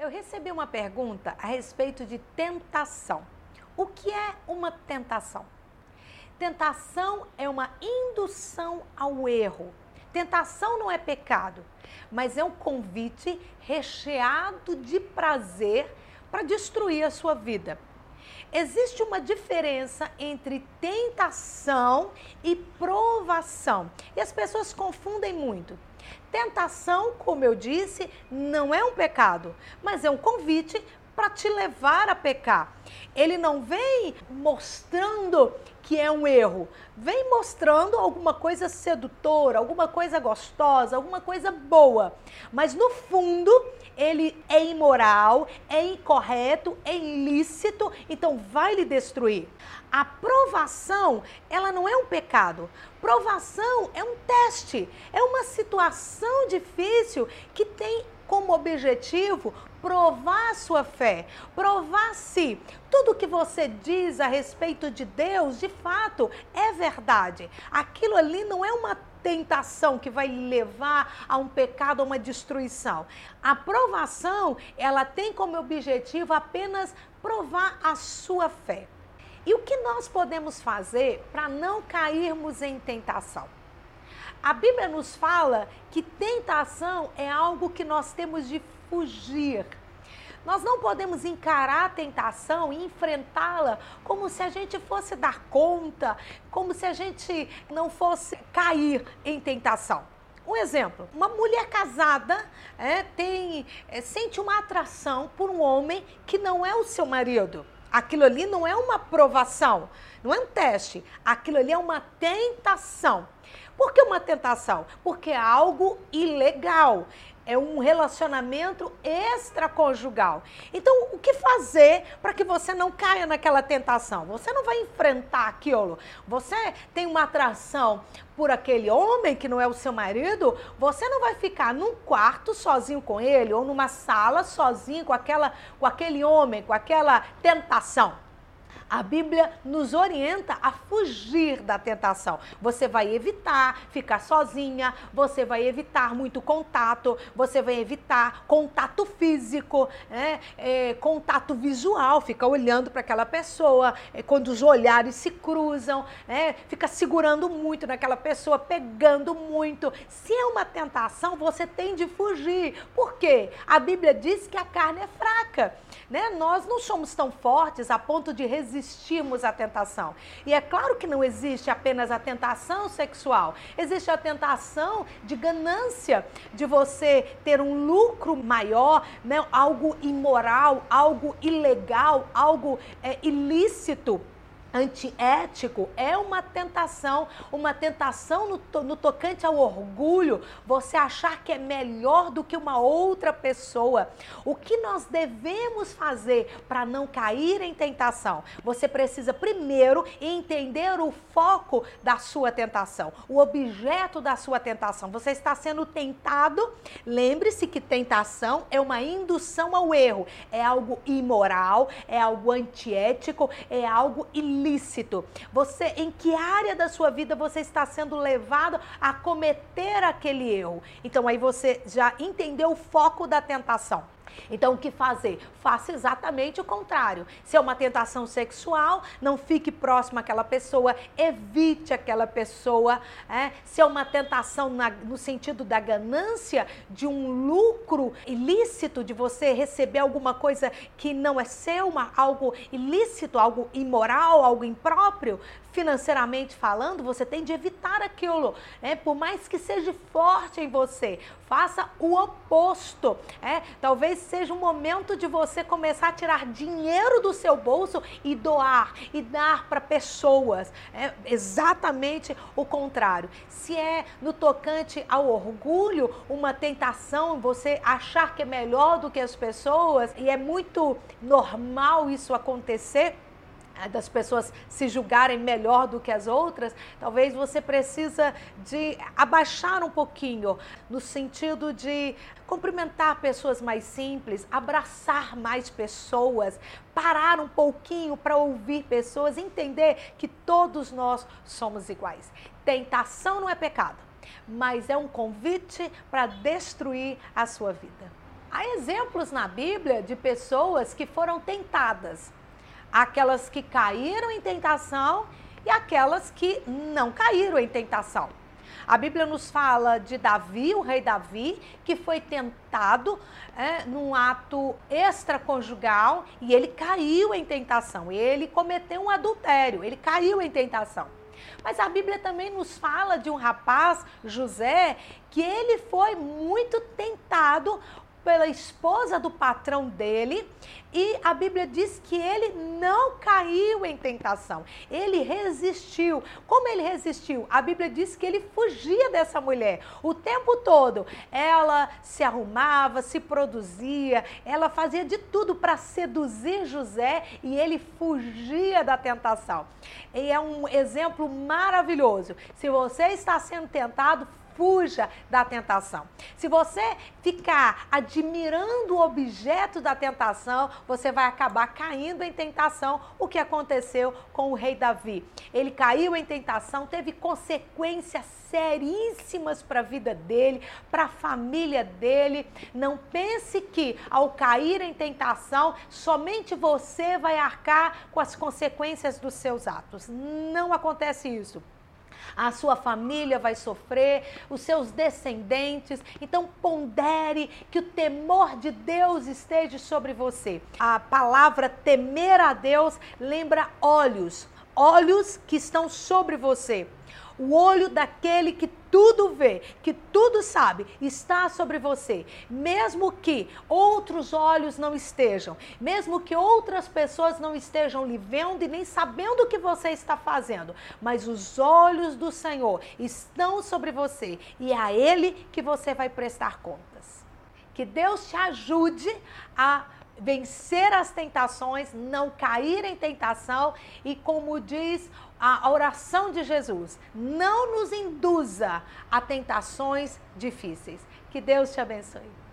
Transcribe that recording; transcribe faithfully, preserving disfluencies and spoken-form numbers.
Eu recebi uma pergunta a respeito de tentação. O que é uma tentação? Tentação é uma indução ao erro. Tentação não é pecado, mas é um convite recheado de prazer para destruir a sua vida. Existe uma diferença entre tentação e provação. E as pessoas confundem muito. Tentação, como eu disse, não é um pecado, mas é um convite para te levar a pecar. Ele não vem mostrando que é um erro, vem mostrando alguma coisa sedutora, alguma coisa gostosa, alguma coisa boa. Mas no fundo, ele é imoral, é incorreto, é ilícito, então vai lhe destruir. A provação, ela não é um pecado. Provação é um teste, é uma situação difícil que tem como objetivo provar a sua fé, provar se tudo que você diz a respeito de Deus, de fato, é verdade. Aquilo ali não é uma tentação que vai lhe levar a um pecado, a uma destruição. A provação, ela tem como objetivo apenas provar a sua fé. E o que nós podemos fazer para não cairmos em tentação? A Bíblia nos fala que tentação é algo que nós temos de fugir. Nós não podemos encarar a tentação e enfrentá-la como se a gente fosse dar conta, como se a gente não fosse cair em tentação. Um exemplo, uma mulher casada é, tem, é, sente uma atração por um homem que não é o seu marido. Aquilo ali não é uma provação, não é um teste, aquilo ali é uma tentação. Por que uma tentação? Porque é algo ilegal, é um relacionamento extraconjugal. Então, o que fazer para que você não caia naquela tentação? Você não vai enfrentar aquilo. Você tem uma atração por aquele homem que não é o seu marido, você não vai ficar num quarto sozinho com ele ou numa sala sozinho com, aquela, com aquele homem, com aquela tentação. A Bíblia nos orienta a fugir da tentação. Você vai evitar ficar sozinha, você vai evitar muito contato, você vai evitar contato físico, né? é, contato visual, fica olhando para aquela pessoa, é, quando os olhares se cruzam, né? Fica segurando muito naquela pessoa, pegando muito. Se é uma tentação, você tem de fugir. Por quê? A Bíblia diz que a carne é fraca, né? Nós não somos tão fortes a ponto de resistir resistirmos à tentação. E é claro que não existe apenas a tentação sexual, existe a tentação de ganância, de você ter um lucro maior, né? Algo imoral, algo ilegal, algo é, ilícito. Antiético, é uma tentação, uma tentação no, to, no tocante ao orgulho, você achar que é melhor do que uma outra pessoa. O que nós devemos fazer para não cair em tentação? Você precisa primeiro entender o foco da sua tentação, o objeto da sua tentação. Você está sendo tentado, lembre-se que tentação é uma indução ao erro, é algo imoral, é algo antiético, é algo ilícito. Ilícito. Você, em que área da sua vida você está sendo levado a cometer aquele erro? Então aí você já entendeu o foco da tentação. Então, o que fazer? Faça exatamente o contrário. Se é uma tentação sexual, não fique próximo àquela pessoa, evite aquela pessoa. É? Se é uma tentação na, no sentido da ganância, de um lucro ilícito, de você receber alguma coisa que não é seu, uma, algo ilícito, algo imoral, algo impróprio, financeiramente falando, você tem de evitar aquilo. É? Por mais que seja forte em você, faça o oposto. É? Talvez seja um momento de você começar a tirar dinheiro do seu bolso e doar e dar para pessoas. É exatamente o contrário. Se é no tocante ao orgulho, uma tentação, você achar que é melhor do que as pessoas, e é muito normal isso acontecer, das pessoas se julgarem melhor do que as outras, talvez você precisa de abaixar um pouquinho, no sentido de cumprimentar pessoas mais simples, abraçar mais pessoas, parar um pouquinho para ouvir pessoas, entender que todos nós somos iguais. Tentação não é pecado, mas é um convite para destruir a sua vida. Há exemplos na Bíblia de pessoas que foram tentadas. Aquelas que caíram em tentação e aquelas que não caíram em tentação. A Bíblia nos fala de Davi, o rei Davi, que foi tentado é, num ato extraconjugal e ele caiu em tentação. Ele cometeu um adultério, ele caiu em tentação. Mas a Bíblia também nos fala de um rapaz, José, que ele foi muito tentado pela esposa do patrão dele, e a Bíblia diz que ele não caiu em tentação, ele resistiu. Como ele resistiu? A Bíblia diz que ele fugia dessa mulher o tempo todo. Ela se arrumava, se produzia, ela fazia de tudo para seduzir José e ele fugia da tentação. E é um exemplo maravilhoso. Se você está sendo tentado, fuja da tentação. Se você ficar admirando o objeto da tentação, você vai acabar caindo em tentação, o que aconteceu com o rei Davi. Ele caiu em tentação, teve consequências seríssimas para a vida dele, para a família dele. Não pense que ao cair em tentação, somente você vai arcar com as consequências dos seus atos. Não acontece isso. A sua família vai sofrer, os seus descendentes. Então pondere que o temor de Deus esteja sobre você. A palavra temer a Deus lembra olhos, olhos que estão sobre você. O olho daquele que tudo vê, que tudo sabe, está sobre você. Mesmo que outros olhos não estejam, mesmo que outras pessoas não estejam lhe vendo e nem sabendo o que você está fazendo, mas os olhos do Senhor estão sobre você e é a Ele que você vai prestar contas. Que Deus te ajude a vencer as tentações, não cair em tentação e, como diz a oração de Jesus, não nos induza a tentações difíceis. Que Deus te abençoe.